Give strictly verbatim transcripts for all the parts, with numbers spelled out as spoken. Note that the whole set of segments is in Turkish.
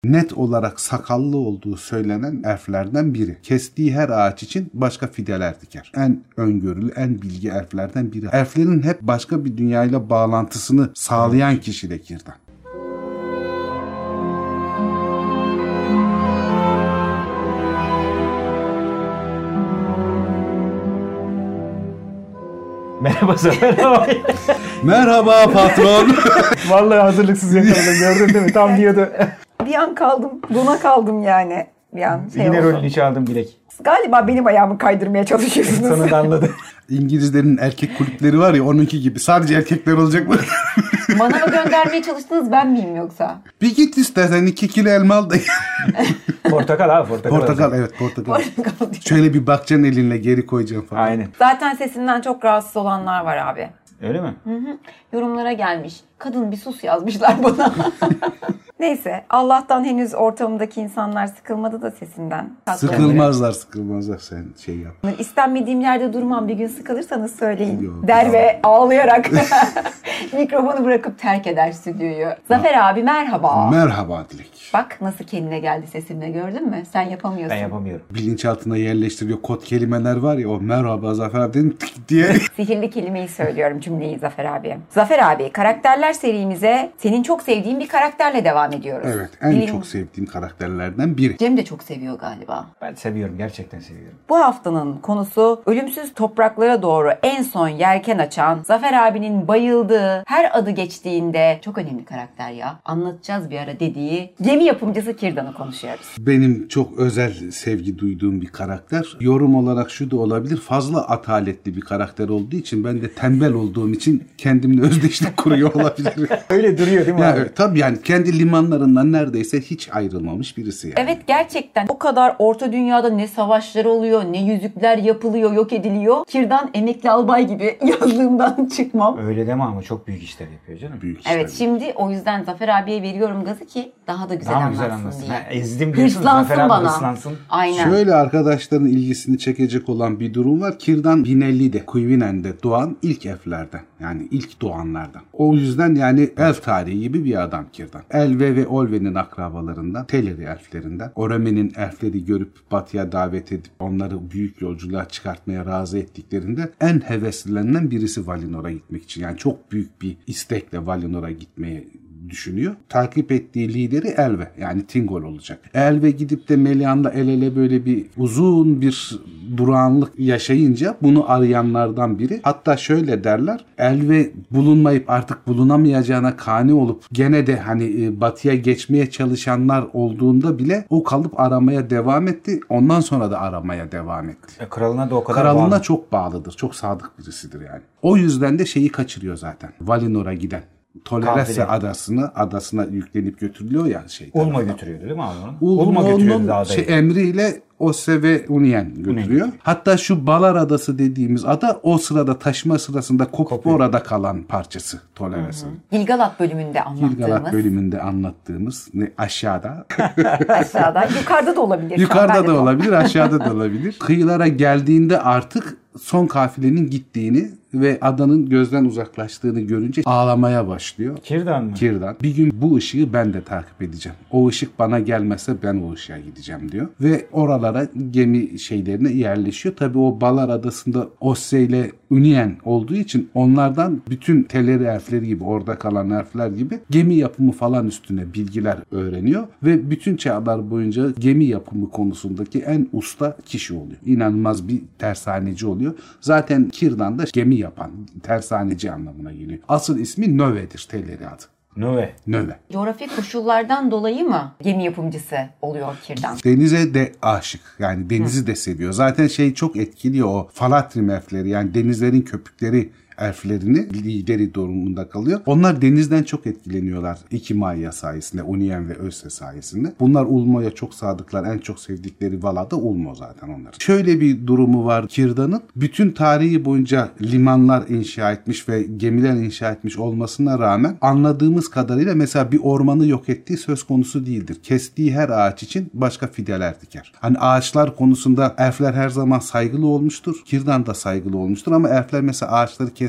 net olarak sakallı olduğu söylenen elflerden biri. Kestiği her ağaç için başka fideler diker. En öngörülü, en bilgi elflerden biri. Elflerin hep başka bir dünyayla bağlantısını sağlayan kişi de Círdan. Merhaba Zafer abi. Merhaba patron. Vallahi hazırlıksız yakaladım, gördün değil mi? Tam diyordu. Bir an kaldım, dona kaldım yani. Bir an şey Yine oldu. rolünü çaldım Dilek. Galiba benim ayağımı kaydırmaya çalışıyorsunuz. Sonunda anladı. İngilizlerin erkek kulüpleri var ya, onunki gibi. Sadece erkekler olacak mı? Bana mı göndermeye çalıştınız, ben miyim yoksa? Bir git istersen iki kilo elma al da. Portakal abi, portakal. Portakal, evet portakal. Portakal. Şöyle bir bakacaksın elinle, geri koyacaksın falan. Aynen. Zaten sesinden çok rahatsız olanlar var abi. Öyle mi? Hı hı. Yorumlara gelmiş. Kadın bir sus yazmışlar bana. Neyse, Allah'tan henüz ortamımdaki insanlar sıkılmadı da sesinden. Sıkılmazlar, sıkılmazlar, sen şey yap. İstenmediğim yerde durmam. Bir gün sıkılırsanız söyleyin. Yok, der tamam. Ve ağlayarak mikrofonu bırakıp terk eder stüdyoyu. Zafer abi merhaba. Merhaba Dilek. Bak nasıl kendine geldi sesimle, gördün mü? Sen yapamıyorsun. Ben yapamıyorum. Bilinçaltına yerleştiriyor kod kelimeler var ya, o merhaba Zafer abi dedim tık diye. Sihirli kelimeyi söylüyorum, cümleyi Zafer abi. Zafer abi, karakterler serimize senin çok sevdiğin bir karakterle devam ediyoruz. Evet, en Bilim- çok sevdiğim karakterlerden biri. Cem de çok seviyor galiba. Ben seviyorum, gerçekten seviyorum. Bu haftanın konusu ölümsüz topraklara doğru en son yelken açan, Zafer abinin bayıldığı, her adı geçtiğinde çok önemli karakter ya, anlatacağız bir ara dediği gemi yapımcısı Círdan'ı konuşuyoruz. Benim çok özel sevgi duyduğum bir karakter. Yorum olarak şu da olabilir, fazla ataletli bir karakter olduğu için, ben de tembel olduğum için kendimle özdeşlik kuruyor olabilir. Öyle duruyor değil mi Yani, abi? tabii yani kendi limanlarından neredeyse hiç ayrılmamış birisi yani. Evet, gerçekten o kadar orta dünyada ne savaşlar oluyor, ne yüzükler yapılıyor, yok ediliyor. Círdan emekli albay gibi yazlığımdan çıkmam. Öyle deme ama çok büyük işler yapıyor canım. Büyük işler. Evet, şimdi o yüzden Zafer abiye veriyorum gazı ki daha da güzel Daha mı anlatsın güzel anlasın? diye. Ha, ezdim diyorsun, Hırslansın Zafer abi bana. hırslansın. Aynen. Şöyle arkadaşların ilgisini çekecek olan bir durum var. Círdan bin ellide, Kuyvinen'de doğan ilk elflerden. Yani ilk doğanlardan. O yüzden yani elf tarihi gibi bir adam Círdan. Elve ve Olve'nin akrabalarından, Teleri elflerinden. Oreme'nin elfleri görüp batıya davet edip onları büyük yolculuğa çıkartmaya razı ettiklerinde en heveslilerinden birisi Valinor'a gitmek için. Yani çok büyük bir istekle Valinor'a gitmeye düşünüyor. Takip ettiği lideri Elve, yani Thingol olacak. Elve gidip de Melian'la el ele böyle bir uzun bir durağanlık yaşayınca bunu arayanlardan biri. Hatta şöyle derler, Elve bulunmayıp artık bulunamayacağına kani olup gene de hani batıya geçmeye çalışanlar olduğunda bile o kalıp aramaya devam etti. Ondan sonra da aramaya devam etti. E, kralına da o kadar Kralına bağlı. çok bağlıdır. Çok sadık birisidir yani. O yüzden de şeyi kaçırıyor zaten. Valinor'a giden. Tolerese Kafile. adasını adasına yüklenip götürülüyor ya şey. Ulma götürüyordu değil mi abi onu? Ulma, Ulma götürüyordu onun dağda. şey, emriyle Osse ve Unien götürüyor. Hatta şu Balar Adası dediğimiz ada o sırada taşıma sırasında kopup orada kalan parçası Tolerese'nin. Gilgalad bölümünde anlattığımız. Gilgalad bölümünde anlattığımız ne aşağıda. Aşağıda. Yukarıda da olabilir. Yukarıda Ben de da olabilir, aşağıda da olabilir. Kıyılara geldiğinde artık son kafilenin gittiğini ve adanın gözden uzaklaştığını görünce ağlamaya başlıyor. Círdan mı? Círdan. Bir gün bu ışığı ben de takip edeceğim. O ışık bana gelmezse ben o ışığa gideceğim diyor. Ve oralara gemi şeylerine yerleşiyor. Tabii o Balar Adası'nda Osse ile Unien olduğu için onlardan bütün Teleri elfleri gibi, orada kalan elfler gibi gemi yapımı falan üstüne bilgiler öğreniyor. Ve bütün çağlar boyunca gemi yapımı konusundaki en usta kişi oluyor. İnanılmaz bir tersaneci oluyor. Zaten Círdan da gemi yapan, tersaneci anlamına geliyor. Asıl ismi Növe'dir, Teleri adı. Növe. Növe. Coğrafi koşullardan dolayı mı gemi yapımcısı oluyor Círdan? Denize de aşık. Yani denizi Hı. de seviyor. Zaten şey çok etkiliyor, o Falatrim elfleri, yani denizlerin köpükleri elflerini lideri durumunda kalıyor. Onlar denizden çok etkileniyorlar. İki Maya sayesinde, Unien ve Össe sayesinde. Bunlar Ulmo'ya çok sadıklar. En çok sevdikleri Vala da Ulmo zaten onların. Şöyle bir durumu var Círdan'ın. Bütün tarihi boyunca limanlar inşa etmiş ve gemiler inşa etmiş olmasına rağmen anladığımız kadarıyla mesela bir ormanı yok ettiği söz konusu değildir. Kestiği her ağaç için başka fideler diker. Hani ağaçlar konusunda elfler her zaman saygılı olmuştur. Círdan da saygılı olmuştur ama elfler mesela ağaçları kes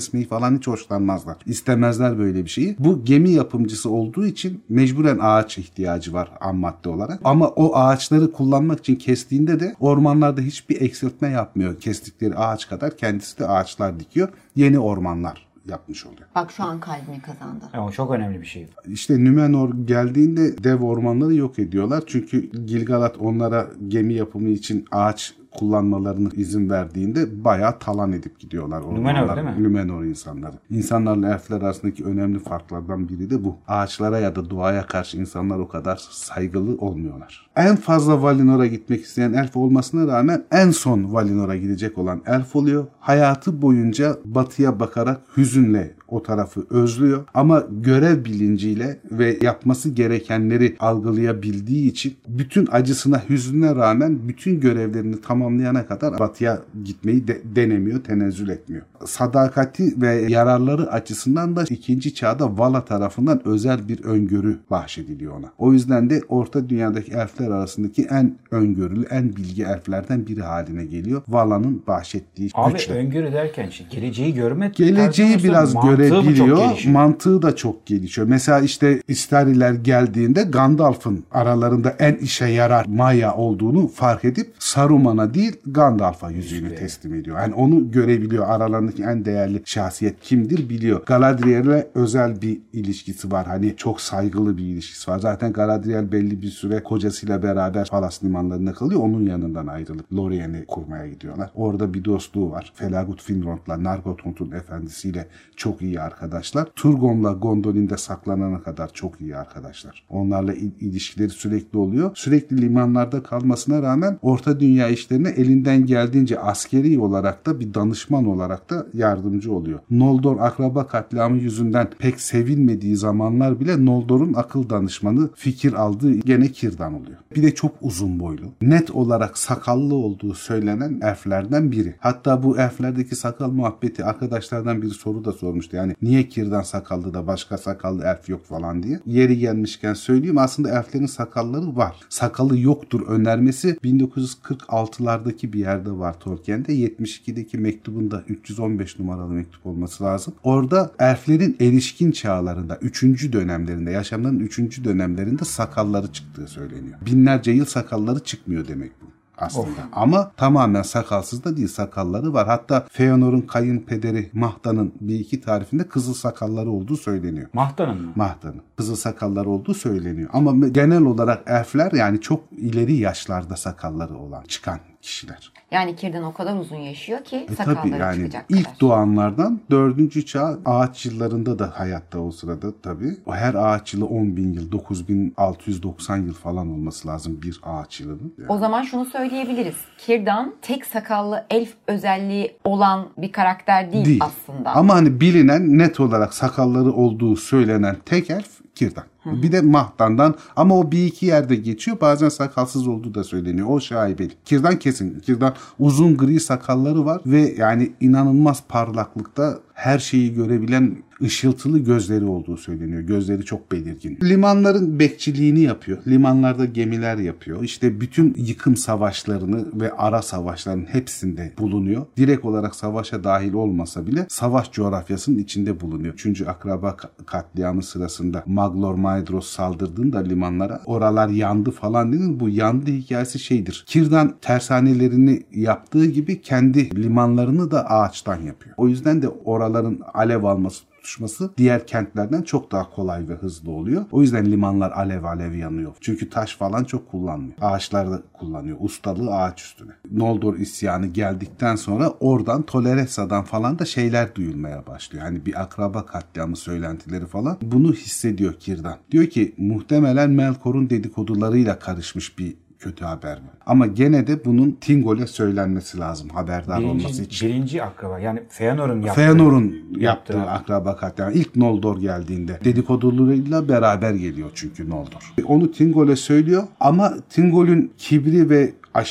kesmeyi falan hiç hoşlanmazlar. İstemezler böyle bir şeyi. Bu gemi yapımcısı olduğu için mecburen ağaç ihtiyacı var ham madde olarak. Ama o ağaçları kullanmak için kestiğinde de ormanlarda hiçbir eksiltme yapmıyor. Kestikleri ağaç kadar kendisi de ağaçlar dikiyor. Yeni ormanlar yapmış oluyor. Bak şu an kalbini kazandı. Ama çok önemli bir şey. İşte Numenor geldiğinde dev ormanları yok ediyorlar. Çünkü Gil-galad onlara gemi yapımı için ağaç kullanmalarını izin verdiğinde bayağı talan edip gidiyorlar. Numenor değil mi? Numenor insanları. İnsanlarla elfler arasındaki önemli farklardan biri de bu. Ağaçlara ya da doğaya karşı insanlar o kadar saygılı olmuyorlar. En fazla Valinor'a gitmek isteyen elf olmasına rağmen en son Valinor'a gidecek olan elf oluyor. Hayatı boyunca batıya bakarak hüzünle o tarafı özlüyor. Ama görev bilinciyle ve yapması gerekenleri algılayabildiği için bütün acısına, hüznüne rağmen bütün görevlerini tamamlayana kadar batıya gitmeyi de denemiyor, tenezzül etmiyor. Sadakati ve yararları açısından da ikinci çağda Vala tarafından özel bir öngörü bahşediliyor ona. O yüzden de Orta Dünya'daki elfler arasındaki en öngörülü, en bilgi elflerden biri haline geliyor. Vala'nın bahşettiği Abi güçle. öngörü derken işte geleceği görme. Geleceği tarzı biraz mantığı mı çok görebiliyor. gelişiyor? Mantığı da çok gelişiyor. Mesela işte İstariler geldiğinde Gandalf'ın aralarında en işe yarar Maya olduğunu fark edip Saruman'a değil Gandalf'a yüzüğünü İşte. teslim ediyor. Yani onu görebiliyor. Aralarındaki en değerli şahsiyet kimdir biliyor. Galadriel'le özel bir ilişkisi var. Hani çok saygılı bir ilişkisi var. Zaten Galadriel belli bir süre kocasıyla beraber Palas limanlarında kalıyor. Onun yanından ayrılıp Lorien'i kurmaya gidiyorlar. Orada bir dostluğu var. Felagut Finrod'la Nargothrond'un efendisiyle çok iyi arkadaşlar. Turgon'la Gondolin'de saklanana kadar çok iyi arkadaşlar. Onlarla il- ilişkileri sürekli oluyor. Sürekli limanlarda kalmasına rağmen Orta Dünya işlerine elinden geldiğince askeri olarak da bir danışman olarak da yardımcı oluyor. Noldor akraba katliamı yüzünden pek sevilmediği zamanlar bile Noldor'un akıl danışmanı, fikir aldığı gene Círdan oluyor. Bir de çok uzun boylu. Net olarak sakallı olduğu söylenen elflerden biri. Hatta bu elflerdeki sakal muhabbeti arkadaşlardan biri soru da sormuştu. Yani niye Círdan sakallı da başka sakallı elf yok falan diye. Yeri gelmişken söyleyeyim, aslında elflerin sakalları var. Sakalı yoktur önermesi bin dokuz yüz kırk altılardaki bir yerde var Tolkien'de. yetmiş ikideki mektubunda üç yüz on beş numaralı mektup olması lazım. Orada elflerin erişkin çağlarında, üçüncü dönemlerinde, yaşamlarının üçüncü dönemlerinde sakalları çıktığı söyleniyor. Binlerce yıl sakalları çıkmıyor demek bu aslında. Of. Ama tamamen sakalsız da değil, sakalları var. Hatta Feanor'un kayınpederi Mahta'nın bir iki tarifinde kızıl sakalları olduğu söyleniyor. Mahta'nın mı? Mahta'nın. Kızıl sakalları olduğu söyleniyor. Ama genel olarak elfler yani çok ileri yaşlarda sakalları olan, çıkan kişiler. Yani Círdan o kadar uzun yaşıyor ki E sakalları tabii yani çıkacak ilk kadar. doğanlardan dördüncü çağ ağaç yıllarında da hayatta o sırada tabii. O her ağaç yılı on bin yıl, dokuz bin altı yüz doksan yıl falan olması lazım bir ağaç yılının. Yani. O zaman şunu söyleyebiliriz. Círdan tek sakallı elf özelliği olan bir karakter değil, Değil. aslında. Ama hani bilinen, net olarak sakalları olduğu söylenen tek elf Círdan. Bir de Mahtan'dan, ama o bir iki yerde geçiyor. Bazen sakalsız olduğu da söyleniyor. O şaibeli. Círdan kesin. Círdan uzun gri sakalları var ve yani inanılmaz parlaklıkta her şeyi görebilen ışıltılı gözleri olduğu söyleniyor. Gözleri çok belirgin. Limanların bekçiliğini yapıyor. Limanlarda gemiler yapıyor. İşte bütün yıkım savaşlarını ve ara savaşların hepsinde bulunuyor. Direkt olarak savaşa dahil olmasa bile savaş coğrafyasının içinde bulunuyor. Üçüncü akraba katliamı sırasında Maglor Maedhros saldırdığında limanlara oralar yandı falan denir. Bu yandı hikayesi şeydir. Círdan tersanelerini yaptığı gibi kendi limanlarını da ağaçtan yapıyor. O yüzden de oraların alev alması, tutuşması diğer kentlerden çok daha kolay ve hızlı oluyor. O yüzden limanlar alev alev yanıyor. Çünkü taş falan çok kullanmıyor. Ağaçlar da kullanıyor. Ustalığı ağaç üstüne. Noldor isyanı geldikten sonra oradan Toleressa'dan falan da şeyler duyulmaya başlıyor. Hani bir akraba katliamı söylentileri falan. Bunu hissediyor Círdan. Diyor ki muhtemelen Melkor'un dedikodularıyla karışmış bir kötü haber mi? Ama gene de bunun Thingol'e söylenmesi lazım haberdar birinci, olması için. Birinci akraba yani Feanor'un yaptığı. Feanor'un yaptığı, yaptığı akraba katliamı. İlk Noldor geldiğinde dedikodularıyla beraber geliyor çünkü Noldor. Onu Thingol'e söylüyor ama Thingol'ün kibri ve aşırı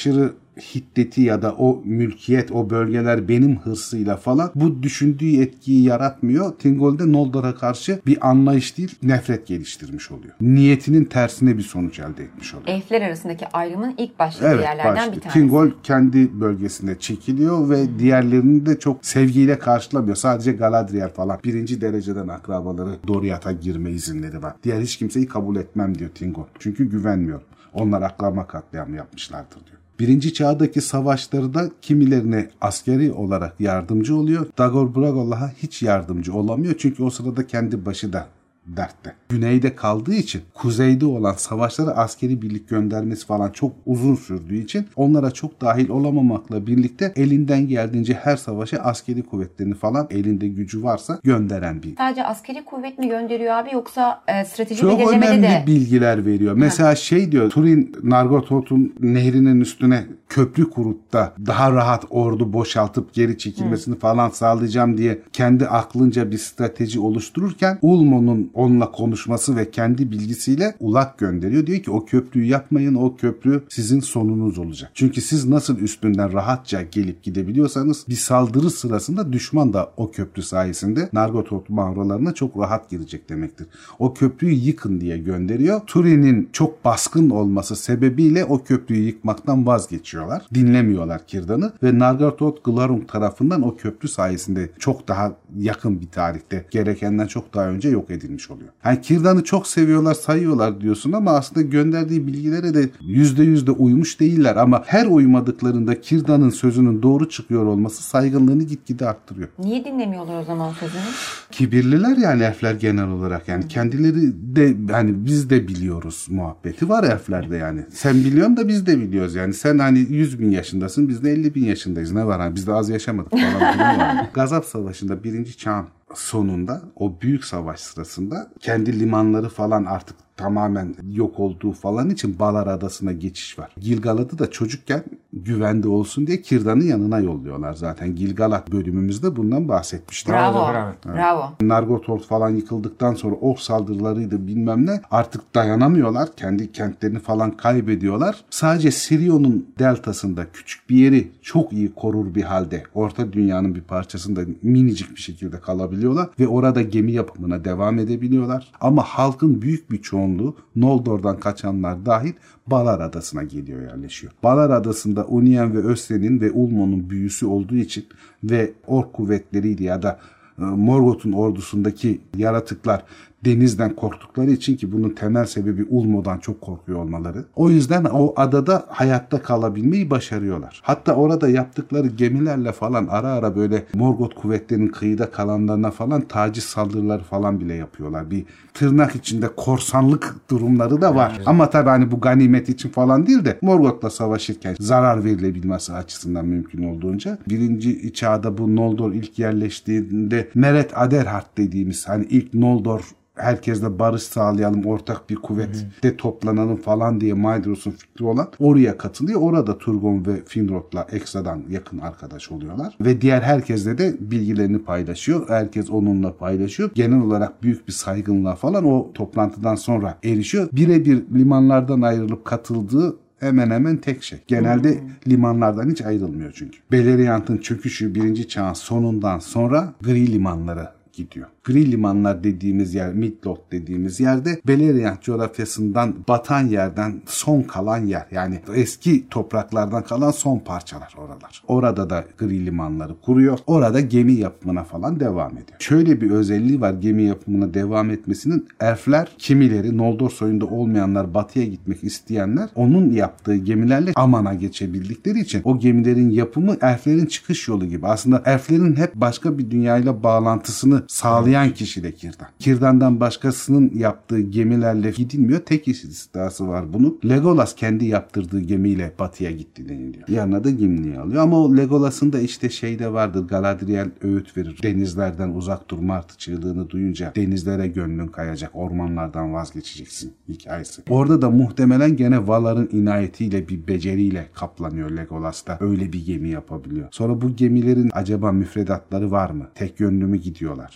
hiddeti ya da o mülkiyet, o bölgeler benim hırsıyla falan bu düşündüğü etkiyi yaratmıyor. Thingol Noldor'a karşı bir anlayış değil, nefret geliştirmiş oluyor. Niyetinin tersine bir sonuç elde etmiş oluyor. Elfler arasındaki ayrımın ilk başladığı evet, yerlerden başlıyor. bir tanesi. Thingol kendi bölgesinde çekiliyor ve hmm. diğerlerini de çok sevgiyle karşılamıyor. Sadece Galadriel falan birinci dereceden akrabaları Doriath'a girme izinleri var. Diğer hiç kimseyi kabul etmem diyor Thingol. Çünkü güvenmiyor. Onlar akraba katliamı yapmışlardır diyor. Birinci çağdaki savaşlarda kimilerine askeri olarak yardımcı oluyor. Dagor Bragollah'a hiç yardımcı olamıyor. Çünkü o sırada kendi başı da dertte. Güneyde kaldığı için kuzeyde olan savaşlara askeri birlik göndermesi falan çok uzun sürdüğü için onlara çok dahil olamamakla birlikte elinden geldiğince her savaşa askeri kuvvetlerini falan elinde gücü varsa gönderen bir. Sadece askeri kuvvet mi gönderiyor abi yoksa e, strateji çok belirlemede de? Çok önemli bilgiler veriyor. Mesela ha. şey diyor, Turin Nargothrond'un nehrinin üstüne köprü kurup da daha rahat ordu boşaltıp geri çekilmesini Hı. falan sağlayacağım diye kendi aklınca bir strateji oluştururken Ulmo'nun onunla konuşması ve kendi bilgisiyle ulak gönderiyor. Diyor ki o köprüyü yapmayın, o köprü sizin sonunuz olacak. Çünkü siz nasıl üstünden rahatça gelip gidebiliyorsanız bir saldırı sırasında düşman da o köprü sayesinde Nargothrond mağaralarına çok rahat girecek demektir. O köprüyü yıkın diye gönderiyor. Turin'in çok baskın olması sebebiyle o köprüyü yıkmaktan vazgeçiyorlar. Dinlemiyorlar Círdan'ı ve Nargothrond Glaurung tarafından o köprü sayesinde çok daha yakın bir tarihte gerekenden çok daha önce yok edilmiş oluyor. Yani Círdan'ı çok seviyorlar, sayıyorlar diyorsun ama aslında gönderdiği bilgilere de yüzde yüzde uymuş değiller ama her uymadıklarında Círdan'ın sözünün doğru çıkıyor olması saygınlığını gitgide arttırıyor. Niye dinlemiyorlar o zaman sözünü? Kibirliler yani elfler genel olarak. Yani kendileri de hani biz de biliyoruz muhabbeti var elflerde yani. Sen biliyorsun da biz de biliyoruz yani. Sen hani yüz bin yaşındasın, biz de elli bin yaşındayız. Ne var hani biz de az yaşamadık falan. Gazap Savaşı'nda birinci çağın sonunda o büyük savaş sırasında kendi limanları falan artık tamamen yok olduğu falan için Balar Adası'na geçiş var. Gil-galad'ı da çocukken güvende olsun diye Círdan'ın yanına yolluyorlar zaten. Gil-galad bölümümüzde bundan bahsetmiştik. Bravo. Bravo. Evet. Bravo. Nargothrond falan yıkıldıktan sonra ork saldırılarıydı bilmem ne. Artık dayanamıyorlar. Kendi kentlerini falan kaybediyorlar. Sadece Sirion'un deltasında küçük bir yeri çok iyi korur bir halde Orta Dünya'nın bir parçasında minicik bir şekilde kalabiliyorlar ve orada gemi yapımına devam edebiliyorlar. Ama halkın büyük bir çoğunluğu Noldor'dan kaçanlar dahil Balar Adası'na geliyor, yerleşiyor. Balar Adası'nda Unien ve Östen'in ve Ulmo'nun büyüsü olduğu için ve ork kuvvetleriyle ya da Morgoth'un ordusundaki yaratıklar denizden korktukları için, ki bunun temel sebebi Ulmo'dan çok korkuyor olmaları. O yüzden o adada hayatta kalabilmeyi başarıyorlar. Hatta orada yaptıkları gemilerle falan ara ara böyle Morgoth kuvvetlerinin kıyıda kalanlarına falan taciz saldırıları falan bile yapıyorlar. Bir tırnak içinde korsanlık durumları da var. Evet. Ama tabii hani bu ganimet için falan değil de Morgoth'la savaşırken zarar verilebilmesi açısından mümkün olduğunca. Birinci çağda bu Noldor ilk yerleştiğinde Meret Aderhart dediğimiz hani ilk Noldor herkesle barış sağlayalım, ortak bir kuvvette toplanalım falan diye Maedhos'un fikri olan oraya katılıyor. Orada Turgon ve Finrod'la ekstradan yakın arkadaş oluyorlar. Ve diğer herkesle de bilgilerini paylaşıyor. Herkes onunla paylaşıyor. Genel olarak büyük bir saygınlığa falan o toplantıdan sonra erişiyor. Birebir limanlardan ayrılıp katıldığı hemen hemen tek şey. Genelde hmm. limanlardan hiç ayrılmıyor çünkü. Beleriand'ın çöküşü birinci çağın sonundan sonra gri limanlara gidiyor. Gri limanlar dediğimiz yer, Midlot dediğimiz yerde Beleriand coğrafyasından batan yerden son kalan yer. Yani eski topraklardan kalan son parçalar oralar. Orada da gri limanları kuruyor. Orada gemi yapımına falan devam ediyor. Şöyle bir özelliği var gemi yapımına devam etmesinin. Elfler, kimileri Noldor soyunda olmayanlar, batıya gitmek isteyenler onun yaptığı gemilerle Aman'a geçebildikleri için o gemilerin yapımı elflerin çıkış yolu gibi. Aslında elflerin hep başka bir dünyayla bağlantısını sağlayan kişi de Círdan. Círdan'dan başkasının yaptığı gemilerle gidilmiyor. Tek istisnası var bunun. Legolas kendi yaptırdığı gemiyle batıya gitti deniliyor. Yanına da Gimli'yi alıyor. Ama o Legolas'ın da işte şeyde vardır. Galadriel öğüt verir. Denizlerden uzak dur, martı çığlığını duyunca denizlere gönlün kayacak. Ormanlardan vazgeçeceksin hikayesi. Orada da muhtemelen gene Valar'ın inayetiyle, bir beceriyle kaplanıyor Legolas da. Öyle bir gemi yapabiliyor. Sonra bu gemilerin acaba müfredatları var mı? Tek yönlü mü gidiyorlar? Giden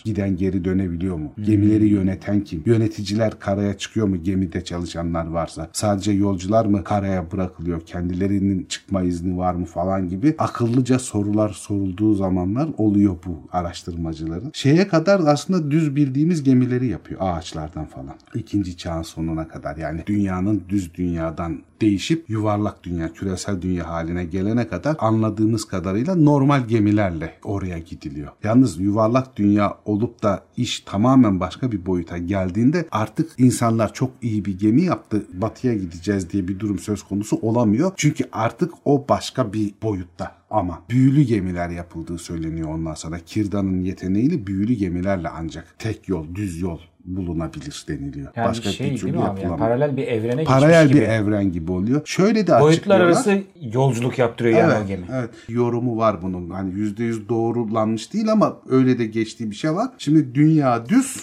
geri dönebiliyor mu? Gemileri yöneten kim? Yöneticiler karaya çıkıyor mu gemide çalışanlar varsa? Sadece yolcular mı karaya bırakılıyor? Kendilerinin çıkma izni var mı falan gibi akıllıca sorular sorulduğu zamanlar oluyor bu araştırmacıların. Şeye kadar aslında düz bildiğimiz gemileri yapıyor. Ağaçlardan falan. İkinci çağın sonuna kadar. Yani dünyanın düz dünyadan değişip yuvarlak dünya, küresel dünya haline gelene kadar anladığımız kadarıyla normal gemilerle oraya gidiliyor. Yalnız yuvarlak dünya olup da iş tamamen başka bir boyuta geldiğinde artık insanlar çok iyi bir gemi yaptı, batıya gideceğiz diye bir durum söz konusu olamıyor. Çünkü artık o başka bir boyutta. Ama büyülü gemiler yapıldığı söyleniyor ondan sonra. Kirdan'ın yeteneğiyle büyülü gemilerle ancak tek yol, düz yol bulunabilir deniliyor. Yani Başka şey bir türlü değil mi abi? Yani yapılamıyor. paralel bir evrene Paralel geçmiş bir gibi. evren gibi oluyor. Şöyle de Boyutlar açıklıyorlar. arası yolculuk yaptırıyor yani Evet, o gemi. evet. Yorumu var bunun. Hani yüzde yüz doğrulanmış değil ama öyle de geçtiği bir şey var. Şimdi dünya düz.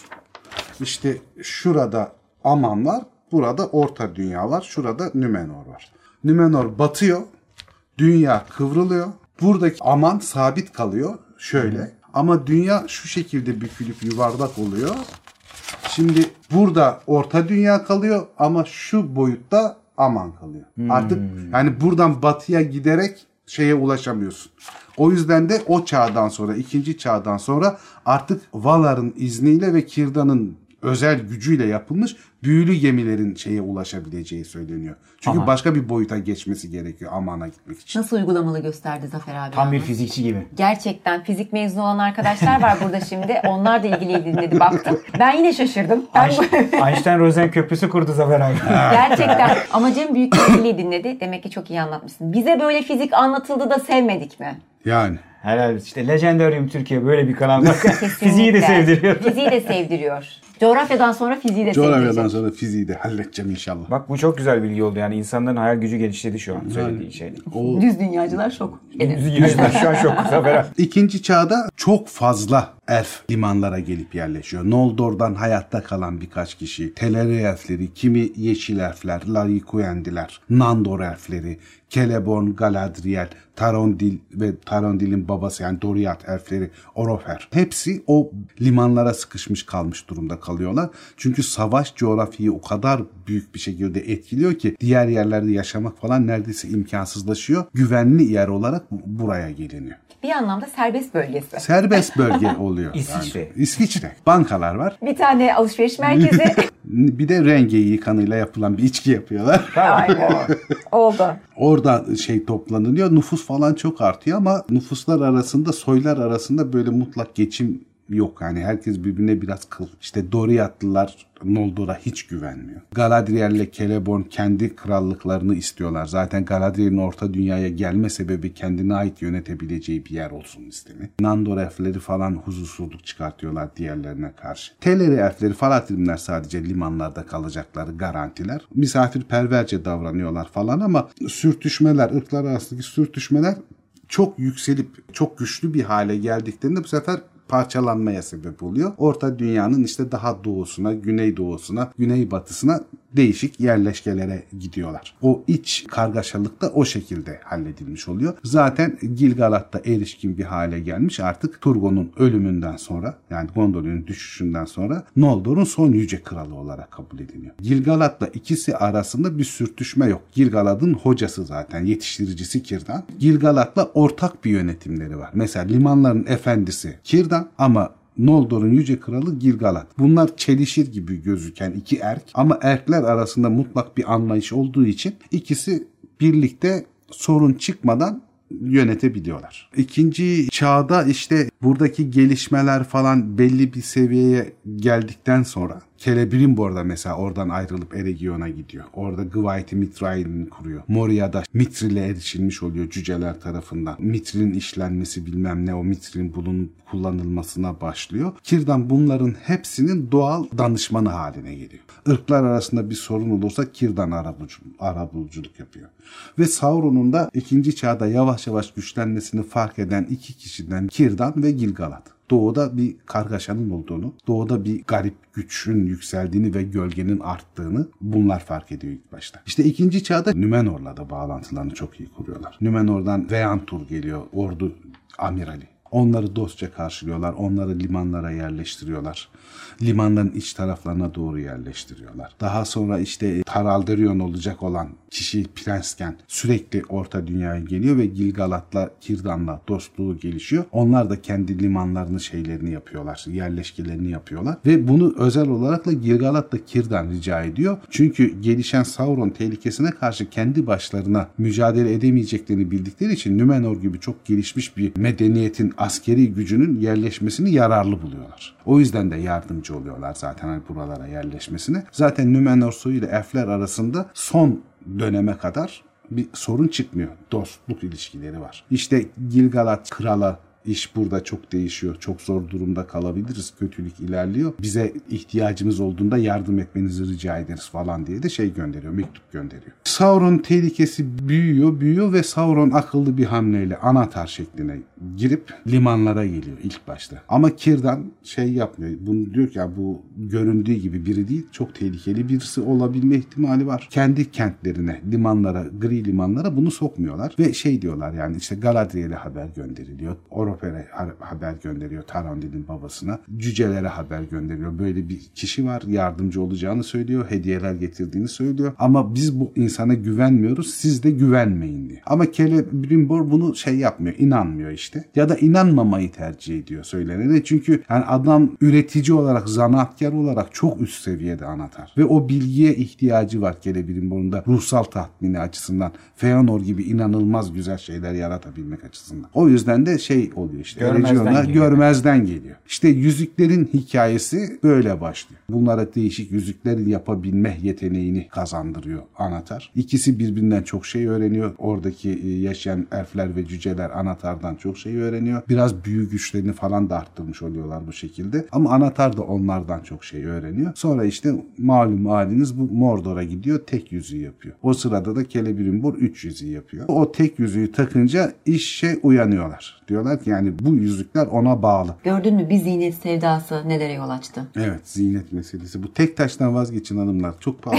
İşte şurada Aman var. Burada Orta Dünya var. Şurada Nümenor var. Nümenor batıyor. Dünya kıvrılıyor. Buradaki Aman sabit kalıyor. Şöyle. Hı. Ama dünya şu şekilde bükülüp yuvarlak oluyor. Şimdi burada Orta Dünya kalıyor ama şu boyutta Aman kalıyor. Hmm. Artık yani buradan batıya giderek şeye ulaşamıyorsun. O yüzden de o çağdan sonra, ikinci çağdan sonra artık Valar'ın izniyle ve Kirdan'ın özel gücüyle yapılmış büyülü gemilerin şeye ulaşabileceği söyleniyor. Çünkü Aha. başka bir boyuta geçmesi gerekiyor Aman'a gitmek için. Nasıl uygulamalı gösterdi Zafer abi? Tam bir fizikçi gibi. Gerçekten fizik mezunu olan arkadaşlar var burada şimdi. Onlar da ilgili dinledi baktım. Ben yine şaşırdım. Ben Einstein-Rosen köprüsü kurdu Zafer abi. Gerçekten. Ama Cem büyük bir ilgili dinledi. Demek ki çok iyi anlatmışsın. Bize böyle fizik anlatıldı da sevmedik mi? Yani. Herhalde işte Legendarium Türkiye böyle bir kanal. Fiziği de sevdiriyor. Fiziği de sevdiriyor. Coğrafyadan sonra fiziği de sevdirecek. Coğrafyadan sonra fiziği de halledeceğim inşallah. Bak bu çok güzel bilgi oldu. Yani insanların hayal gücü genişledi şu an söylediğin şeyle. O... Düz dünyacılar şok. Düz dünyacılar şu an şok. Zafer abi. İkinci çağda çok fazla elf limanlara gelip yerleşiyor. Noldor'dan hayatta kalan birkaç kişi, Teleri elfleri, kimi yeşil elfler, Lariquendiler, Nandor elfleri, Celeborn, Galadriel, Tarondil ve Tarondil'in babası yani Doriath elfleri, Orofer. Hepsi o limanlara sıkışmış kalmış durumda kalıyorlar. Çünkü savaş coğrafyayı o kadar büyük bir şekilde etkiliyor ki diğer yerlerde yaşamak falan neredeyse imkansızlaşıyor. Güvenli yer olarak buraya geliniyor. Bir anlamda serbest bölgesi. Serbest bölge oluyor. İsviçre. Yani. İsviçre. Bankalar var. Bir tane alışveriş merkezi. Bir de rengeyi kanıyla yapılan bir içki yapıyorlar. Aynen. Oldu. Orada şey toplanılıyor. Nüfus falan çok artıyor ama nüfuslar arasında, soylar arasında böyle mutlak geçim yok. Yani herkes birbirine biraz kıl. İşte Doriathlılar Noldor'a hiç güvenmiyor. Galadriel ile Celeborn kendi krallıklarını istiyorlar. Zaten Galadriel'in Orta Dünya'ya gelme sebebi kendine ait yönetebileceği bir yer olsun istemi. Nandor elfleri falan huzursuzluk çıkartıyorlar diğerlerine karşı. Teleri elfleri, Falatrimler sadece limanlarda kalacakları garantiler. Misafirperverce davranıyorlar falan ama sürtüşmeler, ırklar arasındaki sürtüşmeler çok yükselip çok güçlü bir hale geldiklerinde bu sefer parçalanmaya sebep oluyor. Orta Dünya'nın işte daha doğusuna, güneydoğusuna, güneybatısına değişik yerleşkelere gidiyorlar. O iç kargaşalık da o şekilde halledilmiş oluyor. Zaten Gil-galad da erişkin bir hale gelmiş. Artık Turgon'un ölümünden sonra yani Gondolin'in düşüşünden sonra Noldor'un son yüce kralı olarak kabul ediliyor. Gil-galad'la ikisi arasında bir sürtüşme yok. Gil-galad'ın hocası zaten yetiştiricisi Círdan. Gil-galad'la ortak bir yönetimleri var. Mesela limanların efendisi Círdan ama Noldor'un yüce kralı Gil-galad. Bunlar çelişir gibi gözüken iki erk ama erkler arasında mutlak bir anlayış olduğu için ikisi birlikte sorun çıkmadan yönetebiliyorlar. İkinci çağda işte buradaki gelişmeler falan belli bir seviyeye geldikten sonra Celebrimbor'da mesela oradan ayrılıp Eregion'a gidiyor. Orada Gwaith'i Mithrail'ini kuruyor. Moria'da Mithril'e erişilmiş oluyor cüceler tarafından. Mithril'in işlenmesi bilmem ne o Mithril'in bulunup kullanılmasına başlıyor. Círdan bunların hepsinin doğal danışmanı haline geliyor. Irklar arasında bir sorun olursa Círdan arabuluculuk yapıyor. Ve Sauron'un da ikinci çağda yavaş yavaş güçlenmesini fark eden iki kişiden Círdan ve Gil-galad. Doğuda bir kargaşanın olduğunu, doğuda bir garip güçün yükseldiğini ve gölgenin arttığını bunlar fark ediyor ilk başta. İşte ikinci çağda Nümenor'la da bağlantılarını çok iyi kuruyorlar. Nümenor'dan Veantur geliyor, ordu amirali. Onları dostça karşılıyorlar. Onları limanlara yerleştiriyorlar. Limanların iç taraflarına doğru yerleştiriyorlar. Daha sonra işte Taralderion olacak olan kişi prensken sürekli Orta Dünya'ya geliyor ve Gil-galad'la Círdan'la dostluğu gelişiyor. Onlar da kendi limanlarını şeylerini yapıyorlar. Yerleşkelerini yapıyorlar. Ve bunu özel olarak da Gil-galad'la Círdan rica ediyor. Çünkü gelişen Sauron tehlikesine karşı kendi başlarına mücadele edemeyeceklerini bildikleri için Númenor gibi çok gelişmiş bir medeniyetin askeri gücünün yerleşmesini yararlı buluyorlar. O yüzden de yardımcı oluyorlar zaten hani buralara yerleşmesine. Zaten Númenor soyu ile elfler arasında son döneme kadar bir sorun çıkmıyor. Dostluk ilişkileri var. İşte Gil-galad krala İş burada çok değişiyor. Çok zor durumda kalabiliriz. Kötülük ilerliyor. Bize ihtiyacımız olduğunda yardım etmenizi rica ederiz falan diye de şey gönderiyor. Mektup gönderiyor. Sauron tehlikesi büyüyor, büyüyor ve Sauron akıllı bir hamleyle Anahtar şekline girip limanlara geliyor ilk başta. Ama Círdan şey yapmıyor. Bunu diyor ki ya bu göründüğü gibi biri değil. Çok tehlikeli birisi olabilme ihtimali var. Kendi kentlerine, limanlara, gri limanlara bunu sokmuyorlar. Ve şey diyorlar yani işte Galadriel'e haber gönderiliyor. Oroper'e haber gönderiyor Tarandi'nin babasına. Cücelere haber gönderiyor. Böyle bir kişi var. Yardımcı olacağını söylüyor. Hediyeler getirdiğini söylüyor. Ama biz bu insana güvenmiyoruz. Siz de güvenmeyin diyor. Ama Celebrimbor bunu şey yapmıyor. İnanmıyor işte. Ya da inanmamayı tercih ediyor söylenene. Çünkü yani adam üretici olarak, zanaatkar olarak çok üst seviyede Anahtar. Ve o bilgiye ihtiyacı var Celebrimbor'un da ruhsal tatmini açısından. Feanor gibi inanılmaz güzel şeyler yaratabilmek açısından. O yüzden de şey oluyor işte. Görmezden geliyor. Görmezden geliyor. İşte yüzüklerin hikayesi böyle başlıyor. Bunlara değişik yüzükler yapabilme yeteneğini kazandırıyor Anahtar. İkisi birbirinden çok şey öğreniyor. Oradaki yaşayan elfler ve cüceler Anahtar'dan çok şey öğreniyor. Biraz büyü güçlerini falan da arttırmış oluyorlar bu şekilde. Ama Anahtar da onlardan çok şey öğreniyor. Sonra işte malum haliniz bu Mordor'a gidiyor. Tek yüzüğü yapıyor. O sırada da Celebrimbor üç yüzüğü yapıyor. O tek yüzüğü takınca işe uyanıyorlar. Diyorlar ki yani bu yüzükler ona bağlı. Gördün mü bir ziynet sevdası nelere yol açtı? Evet, ziynet meselesi. Bu tek taştan vazgeçin hanımlar. Çok pahalı.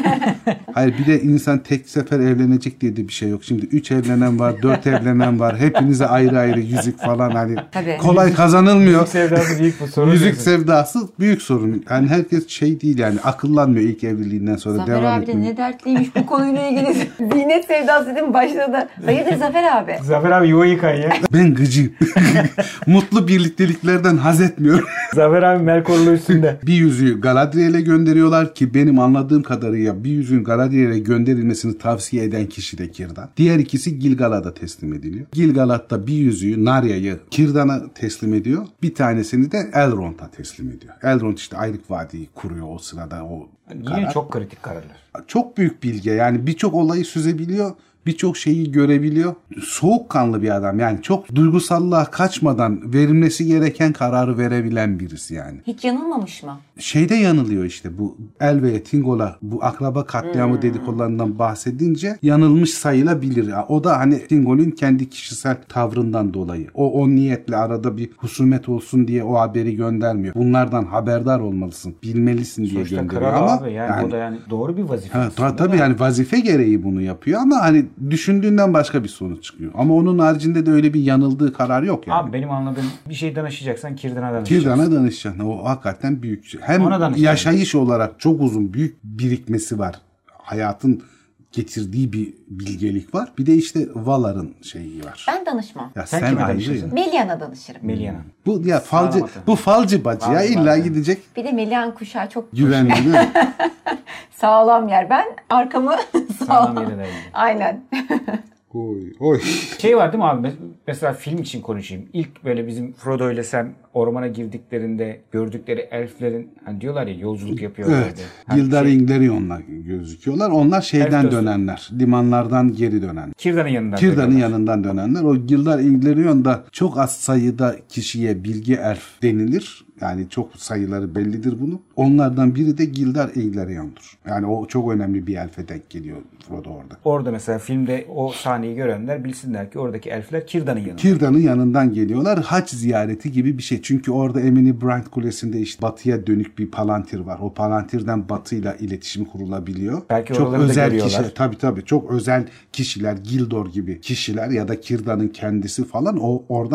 Hayır bir de insan tek sefer evlenecek diye de bir şey yok. Şimdi üç evlenen var, dört evlenen var. Hepinize ayrı ayrı yüzük falan hani Tabii. kolay kazanılmıyor. Yüzük sevdası büyük bir sorun. Yüzük diyorsun. sevdası büyük sorun. Yani herkes şey değil yani akıllanmıyor ilk evliliğinden sonra Zafer devam abi de etmiyor. ne dertliymiş bu konuyla ilgili. Ziynet sevdası dedim başladı. Hayırdır Zafer abi? Zafer abi yuva yıkan ya. Ben gıcıyım. Mutlu birlikteliklerden haz etmiyorum. Zafer abi Melkorlu üstünde. Bir yüzüğü Galadriel'e gönderiyorlar ki benim anladığım kadarıyla bir yüzüğün Galadriel'e gönderilmesini tavsiye eden kişi de Círdan. Diğer ikisi Gil-galad'a teslim ediliyor. Gil-galad da bir yüzüğü Narya'yı Círdan'a teslim ediyor. Bir tanesini de Elrond'a teslim ediyor. Elrond işte Ayrık Vadi'yi kuruyor o sırada o Yine karar. çok kritik kararlar. Çok büyük bilge yani birçok olayı süzebiliyor. Birçok şeyi görebiliyor. Soğukkanlı bir adam yani çok duygusallığa kaçmadan verilmesi gereken kararı verebilen birisi yani. Hiç yanılmamış mı? Şeyde yanılıyor işte bu Elve'ye Thingol'a bu akraba katliamı hmm. dedikodularından bahsedince yanılmış sayılabilir. O da hani Thingol'ün kendi kişisel tavrından dolayı. O o niyetle arada bir husumet olsun diye o haberi göndermiyor. Bunlardan haberdar olmalısın, bilmelisin diye Sonuçta gönderiyor kral ama abi yani, yani o da yani doğru bir vazife. Ha, ta, tabii yani vazife gereği bunu yapıyor ama hani düşündüğünden başka bir sonuç çıkıyor. Ama onun haricinde de öyle bir yanıldığı karar yok yani. Abi benim anladığım bir şey danışacaksan Círdan'a danışacaksın. Círdan'a danışacaksın. O hakikaten büyük şey. Hem Ona yaşayış olarak çok uzun büyük birikmesi var. Hayatın getirdiği bir bilgelik var. Bir de işte Valar'ın şeyi var. Ben danışmam. Ya Sen sen, kime ayrı danışırsın? ya. Melian'a danışırım. Meliana. Bu ya falcı Sağlam atın. bu falcı bacı ya Falcı illa bacı. gidecek. Bir de Melian kuşağı çok Güvenli değil mi? sağlam yer. Ben arkamı Sağlam sağlam. yere dayanıyor. Aynen. Oy oy. Şey var değil mi abi? Mesela film için konuşayım. İlk böyle bizim Frodo ile Sam ormana girdiklerinde gördükleri elflerin hani diyorlar ya yolculuk yapıyorlar. Evet. Hani Gildaringlerion'la gözüküyorlar. Onlar şeyden Elf dönenler. Limanlardan geri dönenler. Círdan'ın yanından. Círdan'ın dönüyorlar. yanından dönenler. O Gildaringlerion'da çok az sayıda kişiye bilge elf denilir. Yani çok sayıları bellidir bunun. Onlardan biri de Gildaringlerion'dur. Yani o çok önemli bir elfe denk geliyor Frodo orada. Orada mesela filmde o sahneyi görenler bilsinler ki oradaki elfler Círdan'ın yanında. Círdan'ın yanından geliyorlar. Haç ziyareti gibi bir şey. Çünkü orada Emini Brand Kulesi'nde işte batıya dönük bir palantir var. O palantirden batıyla iletişim kurulabiliyor. Belki çok oraları da özel görüyorlar. kişi, tabii tabii çok özel kişiler, Gildor gibi kişiler ya da Círdan'ın kendisi falan o oradan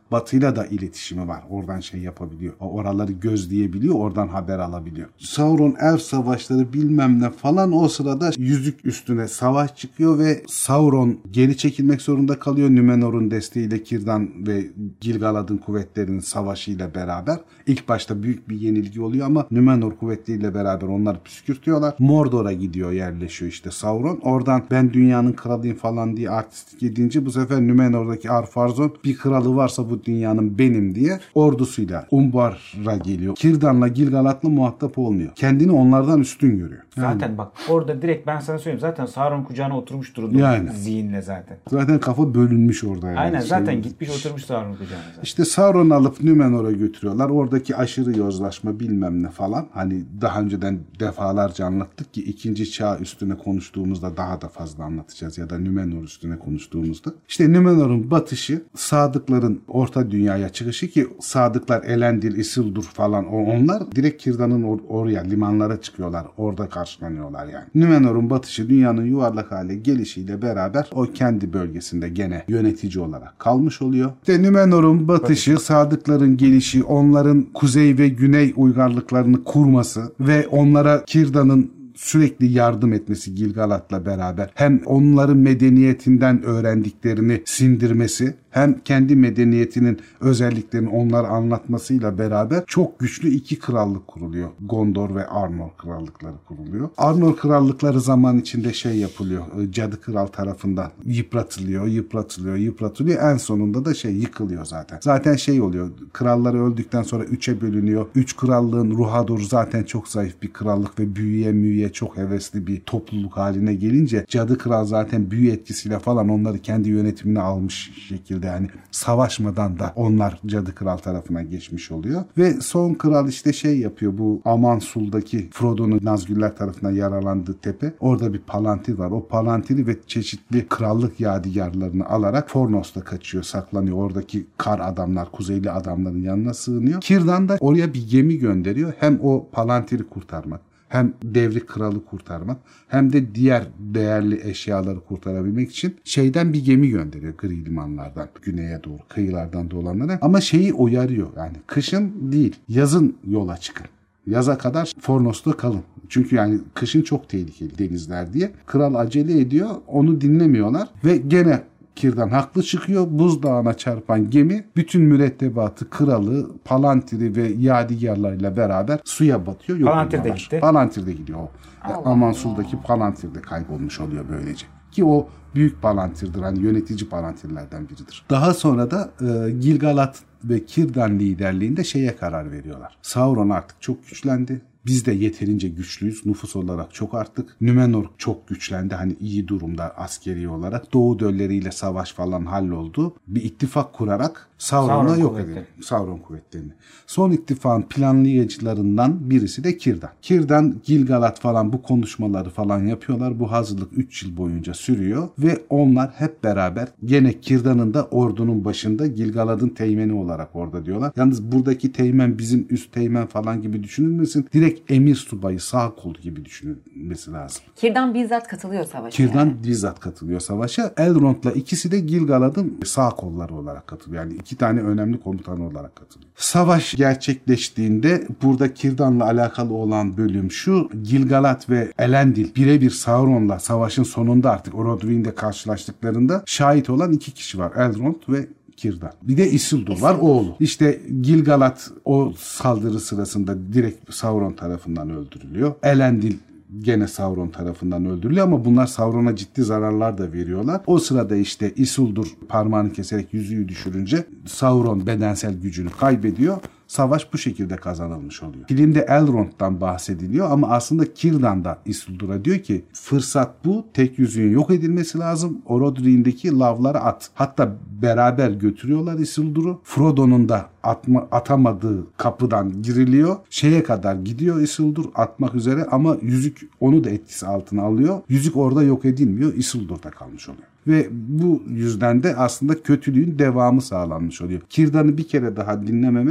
Batı'yla da iletişimi var. Oradan şey yapabiliyor. Oraları gözleyebiliyor. Oradan haber alabiliyor. Sauron elf savaşları bilmem ne falan, o sırada yüzük üstüne savaş çıkıyor ve Sauron geri çekilmek zorunda kalıyor. Numenor'un desteğiyle Círdan ve Gil-galad'ın kuvvetlerinin savaşıyla beraber. İlk başta büyük bir yenilgi oluyor ama Numenor kuvvetleriyle beraber onları püskürtüyorlar. Mordor'a gidiyor, yerleşiyor işte Sauron. Oradan ben dünyanın kralıyım falan diye artistik edince bu sefer Numenor'daki Ar-Pharazôn bir kralı varsa bu dünyanın benim diye ordusuyla Umbar'a geliyor. Círdan'la Gil-galad'la muhatap olmuyor. Kendini onlardan üstün görüyor. Yani. Zaten bak orada direkt ben sana söyleyeyim. Zaten Sauron kucağına oturmuş durumda yani. zihinle zaten. Zaten kafa bölünmüş orada. Yani. Aynen zaten şey, gitmiş oturmuş Sauron kucağına zaten. İşte Sauron'u alıp Numenor'a götürüyorlar. Oradaki aşırı yozlaşma bilmem ne falan. Hani daha önceden defalarca anlattık ki ikinci çağ üstüne konuştuğumuzda daha da fazla anlatacağız ya da Numenor üstüne konuştuğumuzda. İşte Numenor'un batışı, Sadıkların Orta Dünya'ya çıkışı ki Sadıklar Elendil, Isildur falan onlar direkt Círdan'ın or- oraya limanlara çıkıyorlar. Orada karşılanıyorlar yani. Numenor'un batışı dünyanın yuvarlak hale gelişiyle beraber o kendi bölgesinde gene yönetici olarak kalmış oluyor. İşte Numenor'un batışı, Sadıkların gelişi, onların kuzey ve güney uygarlıklarını kurması ve onlara Círdan'ın sürekli yardım etmesi Gil-galad'la beraber hem onların medeniyetinden öğrendiklerini sindirmesi hem kendi medeniyetinin özelliklerini onlara anlatmasıyla beraber çok güçlü iki krallık kuruluyor. Gondor ve Arnor krallıkları kuruluyor. Arnor krallıkları zaman içinde şey yapılıyor. Cadı Kral tarafından yıpratılıyor, yıpratılıyor, yıpratılıyor. En sonunda da şey yıkılıyor zaten. Zaten şey oluyor. Kralları öldükten sonra üçe bölünüyor. Üç krallığın Ruhadur zaten çok zayıf bir krallık ve büyüye müyüye çok hevesli bir topluluk haline gelince Cadı Kral zaten büyü etkisiyle falan onları kendi yönetimine almış şekilde, yani savaşmadan da onlar Cadı Kral tarafına geçmiş oluyor. Ve son kral işte şey yapıyor, bu Amansul'daki Frodo'nun Nazgûller tarafından yaralandığı tepe, orada bir palantir var. O palantiri ve çeşitli krallık yadigarlarını alarak Fornos'ta kaçıyor, saklanıyor. Oradaki kar adamlar, kuzeyli adamların yanına sığınıyor. Círdan da oraya bir gemi gönderiyor. Hem o palantiri kurtarmak, hem devrik kralı kurtarmak hem de diğer değerli eşyaları kurtarabilmek için şeyden bir gemi gönderiyor gri limanlardan güneye doğru, kıyılardan dolanlara. Ama şeyi uyarıyor, yani kışın değil yazın yola çıkın. Yaza kadar Fornos'ta kalın. Çünkü yani kışın çok tehlikeli denizler diye. Kral acele ediyor, onu dinlemiyorlar ve gene Círdan haklı çıkıyor. Buzdağına çarpan gemi bütün mürettebatı, kralı, palantiri ve yadigarlarıyla beraber suya batıyor. Yok Palantir de gitti. Palantir de gidiyor. Amansul'daki Palantir de kaybolmuş oluyor böylece. Ki o büyük Palantir'dir. Hani yönetici Palantirlerden biridir. Daha sonra da e, Gil-galad ve Círdan liderliğinde şeye karar veriyorlar. Sauron artık çok güçlendi. Biz de yeterince güçlüyüz. Nüfus olarak çok arttık. Numenor çok güçlendi. Hani iyi durumda askeri olarak. Doğu dölleriyle savaş falan halloldu. Bir ittifak kurarak Sauron'a Sauron yok kuvvetleri. edelim. Sauron kuvvetlerini. Son ittifakın planlayıcılarından birisi de Círdan. Círdan, Gil-galad falan bu konuşmaları falan yapıyorlar. Bu hazırlık üç yıl boyunca sürüyor ve onlar hep beraber gene Círdan'ın da ordunun başında, Gil-galad'ın teğmeni olarak orada diyorlar. Yalnız buradaki teğmen bizim üst teğmen falan gibi düşünülmesin. Direkt emir subayı, sağ kolu gibi düşünülmesi lazım. Círdan bizzat katılıyor savaşa. Círdan yani. bizzat katılıyor savaşa. Elrond'la ikisi de Gil-galad'ın sağ kolları olarak katılıyor. Yani iki tane önemli komutanı olarak katılıyor. Savaş gerçekleştiğinde burada Círdan'la alakalı olan bölüm şu: Gil-galad ve Elendil birebir Sauron'la savaşın sonunda artık Orodruin'de karşılaştıklarında şahit olan iki kişi var. Elrond ve Círdan. Bir de Isildur var, oğlu. İşte Gil-galad o saldırı sırasında direkt Sauron tarafından öldürülüyor. Elendil gene Sauron tarafından öldürülüyor ama bunlar Sauron'a ciddi zararlar da veriyorlar. O sırada işte Isildur parmağını keserek yüzüğü düşürünce Sauron bedensel gücünü kaybediyor. Savaş bu şekilde kazanılmış oluyor. Filmde Elrond'dan bahsediliyor ama aslında Círdan da Isildur'a diyor ki fırsat bu, tek yüzüğün yok edilmesi lazım. Orodruin'deki lavlara at. Hatta beraber götürüyorlar Isildur'u. Frodo'nun da atma, atamadığı kapıdan giriliyor. Şeye kadar gidiyor Isildur atmak üzere ama yüzük onu da etkisi altına alıyor. Yüzük orada yok edilmiyor. Isildur'da kalmış oluyor. Ve bu yüzden de aslında kötülüğün devamı sağlanmış oluyor. Círdan'ı bir kere daha dinlememek gene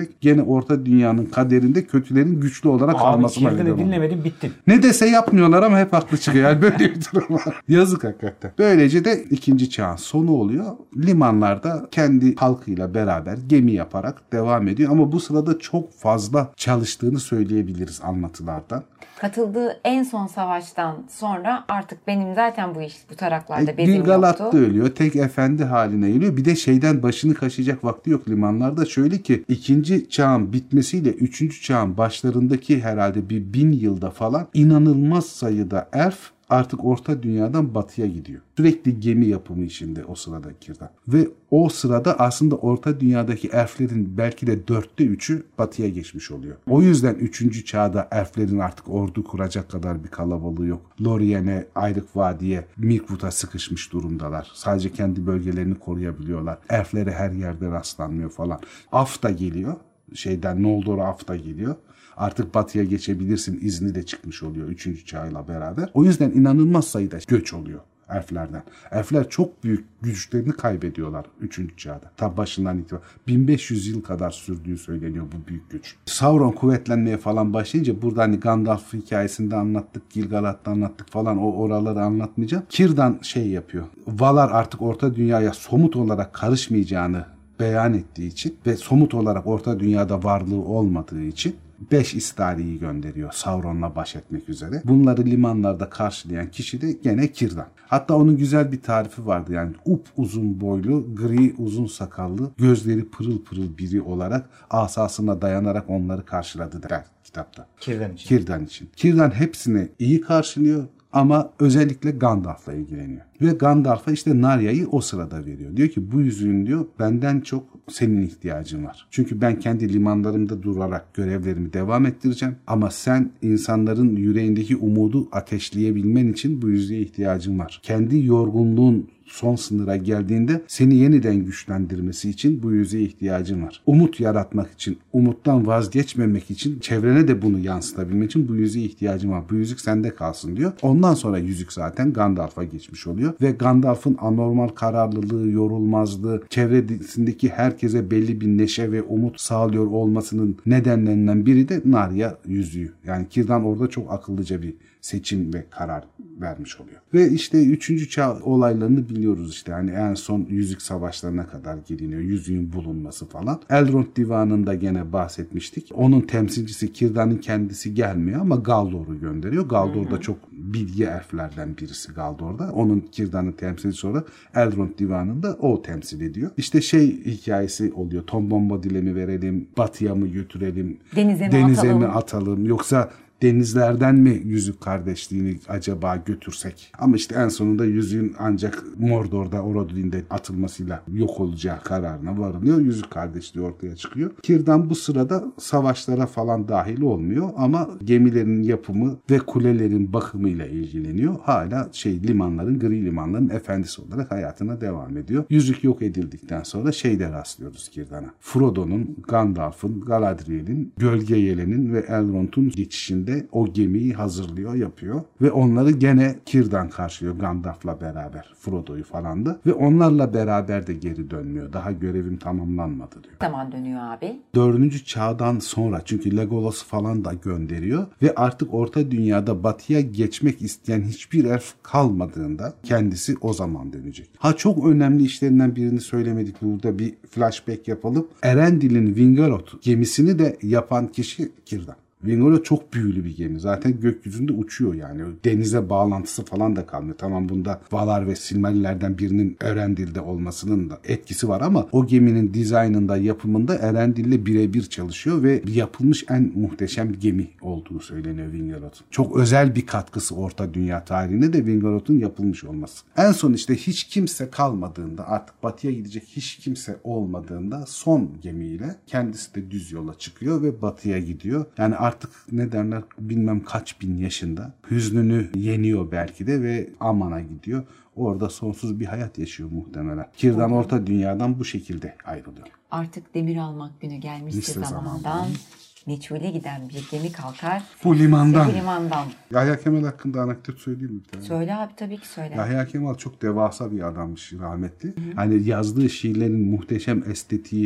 Orta Dünya'nın kaderinde kötülerin güçlü olarak Abi kalmasına Kirdan'ı neden oluyor. dinlemedim, bittim. Ne dese yapmıyorlar ama hep haklı çıkıyor. Yani böyle bir durum var. Yazık hakikaten. Böylece de ikinci çağın sonu oluyor. Limanlarda kendi halkıyla beraber gemi yaparak devam ediyor. Ama bu sırada çok fazla çalıştığını söyleyebiliriz anlatılardan. Katıldığı en son savaştan sonra artık benim zaten bu iş bu taraklarda E, bezim Gilgalad yoktu. da ölüyor. Tek efendi haline geliyor. Bir de şeyden başını kaşıyacak vakti yok limanlarda. Şöyle ki ikinci çağın bitmesiyle üçüncü çağın başlarındaki herhalde bir bin yılda falan inanılmaz sayıda elf artık Orta Dünya'dan batıya gidiyor. Sürekli gemi yapımı işinde o sırada Kirdan. Ve o sırada aslında Orta Dünya'daki elflerin belki de dörtte üçü batıya geçmiş oluyor. O yüzden üçüncü çağda elflerin artık ordu kuracak kadar bir kalabalığı yok. Lorien'e, Ayrık Vadi'ye, Mirkwood'a sıkışmış durumdalar. Sadece kendi bölgelerini koruyabiliyorlar. Elflere her yerde rastlanmıyor falan. Af da geliyor. Şeyden Noldor'a af da geliyor. Artık batıya geçebilirsin izni de çıkmış oluyor üçüncü çağıyla beraber. O yüzden inanılmaz sayıda göç oluyor elflerden. Elfler çok büyük güçlerini kaybediyorlar üçüncü çağda. Ta başından itibaren bin beş yüz yıl kadar sürdüğü söyleniyor bu büyük güç. Sauron kuvvetlenmeye falan başlayınca burada hani Gandalf hikayesinde anlattık, Gilgalad'da anlattık falan, o oraları anlatmayacağım. Círdan şey yapıyor. Valar artık Orta Dünya'ya somut olarak karışmayacağını beyan ettiği için ve somut olarak Orta Dünya'da varlığı olmadığı için beş istariyi gönderiyor Sauron'la baş etmek üzere. Bunları limanlarda karşılayan kişi de gene Círdan. Hatta onun güzel bir tarifi vardı. Yani up uzun boylu, gri uzun sakallı, gözleri pırıl pırıl biri olarak asasına dayanarak onları karşıladı der kitapta. Círdan için. Círdan için. Círdan hepsini iyi karşılıyor. Ama özellikle Gandalf'la ilgileniyor. Ve Gandalf'a işte Narya'yı o sırada veriyor. Diyor ki bu yüzüğün diyor benden çok senin ihtiyacın var. Çünkü ben kendi limanlarımda durarak görevlerimi devam ettireceğim. Ama sen insanların yüreğindeki umudu ateşleyebilmen için bu yüzüğe ihtiyacın var. Kendi yorgunluğun son sınıra geldiğinde seni yeniden güçlendirmesi için bu yüzüğe ihtiyacın var. Umut yaratmak için, umuttan vazgeçmemek için, çevrene de bunu yansıtabilmek için bu yüzüğe ihtiyacın var. Bu yüzük sende kalsın diyor. Ondan sonra yüzük zaten Gandalf'a geçmiş oluyor. Ve Gandalf'ın anormal kararlılığı, yorulmazlığı, çevresindeki herkese belli bir neşe ve umut sağlıyor olmasının nedenlerinden biri de Narya yüzüğü. Yani Círdan orada çok akıllıca bir seçim ve karar vermiş oluyor. Ve işte üçüncü çağ olaylarını biliyoruz işte. Hani en son yüzük savaşlarına kadar geliniyor. Yüzüğün bulunması falan. Elrond Divanı'nda gene bahsetmiştik. Onun temsilcisi Círdan'ın kendisi gelmiyor ama Galdor'u gönderiyor. Galdor da çok bilgi elflerden birisi Galdor'da. Onun Círdan'ın temsilcisi olarak Elrond Divanı'nda o temsil ediyor. İşte şey hikayesi oluyor. Tom Bombadil'e mi verelim? Batıya mı götürelim? Denize mi Denize atalım? mi atalım? Yoksa denizlerden mi yüzük kardeşliğini acaba götürsek? Ama işte en sonunda yüzüğün ancak Mordor'da, Orodruin'de atılmasıyla yok olacağı kararına varılıyor. Yüzük kardeşliği ortaya çıkıyor. Círdan bu sırada savaşlara falan dahil olmuyor ama gemilerin yapımı ve kulelerin bakımıyla ilgileniyor. Hala şey limanların, gri limanların efendisi olarak hayatına devam ediyor. Yüzük yok edildikten sonra şeyde rastlıyoruz Círdan'a. Frodo'nun, Gandalf'ın, Galadriel'in, Gölge Yelen'in ve Elrond'un geçişinde o gemiyi hazırlıyor, yapıyor. Ve onları gene Círdan karşılıyor Gandalf'la beraber. Frodo'yu falan da. Ve onlarla beraber de geri dönmüyor. Daha görevim tamamlanmadı diyor. Ne zaman dönüyor abi? Dördüncü çağdan sonra çünkü Legolas'ı falan da gönderiyor. Ve artık Orta Dünya'da batıya geçmek isteyen hiçbir elf kalmadığında kendisi o zaman dönecek. Ha çok önemli işlerinden birini söylemedik. Burada bir flashback yapalım. Erendil'in Wingarot gemisini de yapan kişi Círdan. Wingarot çok büyülü bir gemi. Zaten gökyüzünde uçuyor yani. Denize bağlantısı falan da kalmıyor. Tamam bunda Valar ve Silmarillerden birinin Erendil'de olmasının da etkisi var ama o geminin dizaynında, yapımında Erendil'le birebir çalışıyor ve yapılmış en muhteşem gemi olduğu söyleniyor Wingarot'un. Çok özel bir katkısı Orta Dünya tarihine de Wingarot'un yapılmış olması. En son işte hiç kimse kalmadığında, artık batıya gidecek hiç kimse olmadığında son gemiyle kendisi de düz yola çıkıyor ve batıya gidiyor. Yani artık ne derler bilmem kaç bin yaşında hüznünü yeniyor belki de ve Aman'a gidiyor. Orada sonsuz bir hayat yaşıyor muhtemelen. Círdan Orta Dünya'dan bu şekilde ayrılıyor. Artık demir almak günü gelmişti Liste zamandan. zamandan. Meçhule giden bir gemi kalkar. Bu limandan. Bu limandan. Yahya Kemal hakkında anekdot söyleyeyim mi bir tane? Söyle abi tabii ki söyle. Yahya Kemal çok devasa bir adammış rahmetli. Hani yazdığı şiirlerin muhteşem estetiği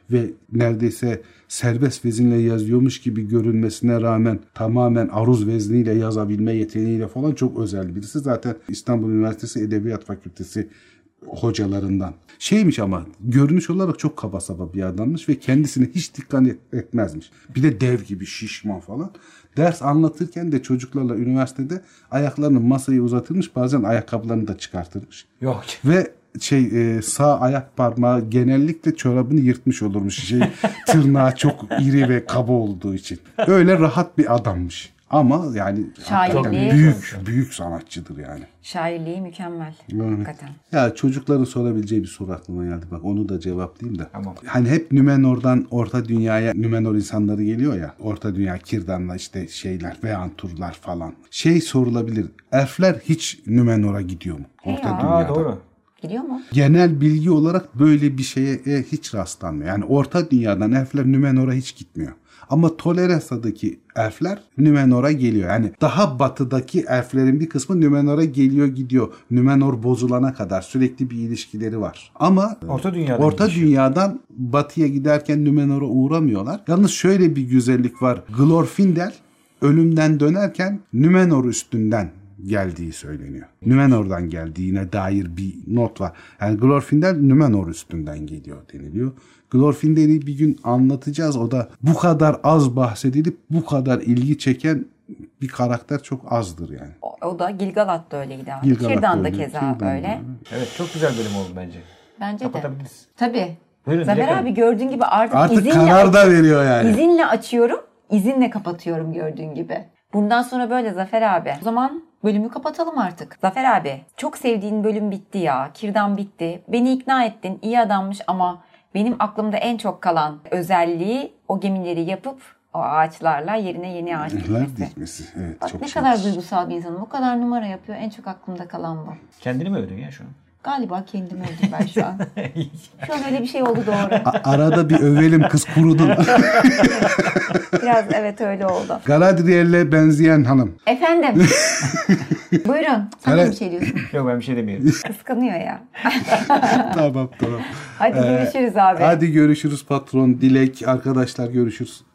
ve neredeyse serbest vezinle yazıyormuş gibi görünmesine rağmen tamamen aruz vezniyle yazabilme yeteneğiyle falan çok özel birisi. Zaten İstanbul Üniversitesi Edebiyat Fakültesi hocalarından. Şeymiş ama görünüş olarak çok kaba saba bir adammış ve kendisine hiç dikkat etmezmiş. Bir de dev gibi şişman falan. Ders anlatırken de çocuklarla üniversitede ayaklarını masaya uzatırmış, bazen ayakkabılarını da çıkartırmış. Yok. Ve şey e, sağ ayak parmağı genellikle çorabını yırtmış olurmuş. Şey tırnağı çok iri ve kaba olduğu için. Öyle rahat bir adammış. Ama yani Şairliği. büyük büyük sanatçıdır yani. Şairliği mükemmel. Evet. Hakikaten. Ya çocukların sorabileceği bir soru aklıma geldi. Bak onu da cevaplayayım da. Tamam. Hani hep Nümenor'dan Orta Dünya'ya Nümenor insanları geliyor ya. Orta Dünya, Kirdan'la işte şeyler, Veanturlar falan. Şey sorulabilir. Elfler hiç Nümenor'a gidiyor mu? Orta Ya. Dünya'da. Aa, doğru. Gidiyor mu? Genel bilgi olarak böyle bir şeye e, hiç rastlanmıyor. Yani Orta Dünya'dan elfler Nümenor'a hiç gitmiyor. Ama Tolerensa'daki elfler Nümenor'a geliyor. Yani daha batıdaki elflerin bir kısmı Nümenor'a geliyor gidiyor. Nümenor bozulana kadar sürekli bir ilişkileri var. Ama Orta Dünya'dan Orta geçiyor. Dünyadan batıya giderken Nümenor'a uğramıyorlar. Yalnız şöyle bir güzellik var. Glorfindel ölümden dönerken Nümenor üstünden geldiği söyleniyor. Nümenor'dan geldiğine dair bir not var. Yani Glorfindel Nümenor üstünden geliyor deniliyor. Glorfindel'i bir gün anlatacağız. O da bu kadar az bahsedilip bu kadar ilgi çeken bir karakter çok azdır yani. O, o da Gilgalad'da öyleydi abi. Gilgalad Kirdan da öyle, keza Kirdan da böyle. öyle. Evet, çok güzel bölüm oldu bence. Bence de. Kapatabiliriz. Tabii. Buyurun, Zafer Dilek abi Hanım. gördüğün gibi artık, Artık izinle, karar da veriyor yani. izinle açıyorum, izinle kapatıyorum gördüğün gibi. Bundan sonra böyle Zafer abi. O zaman bölümü kapatalım artık. Zafer abi, çok sevdiğin bölüm bitti ya. Kirdan bitti. Beni ikna ettin. İyi adammış ama benim aklımda en çok kalan özelliği o gemileri yapıp o ağaçlarla yerine yeni ağaç Evler dikmesi. dikmesi. Evet, Bak çok ne şey. kadar duygusal bir insanım. O kadar numara yapıyor. En çok aklımda kalan bu. Kendini mi övdün ya şu an? Galiba kendimi öldüm ben şu an. Şu an öyle bir şey oldu doğru. A- arada bir övelim, kız kurudun. Biraz evet öyle oldu. Galadriel'le benzeyen hanım. Efendim. Buyurun. Sen de Evet. bir şey diyorsun. Yok, ben bir şey demiyorum. Kıskanıyor ya. Tamam tamam. Hadi Ee, görüşürüz abi. Hadi görüşürüz patron. Dilek arkadaşlar görüşürüz.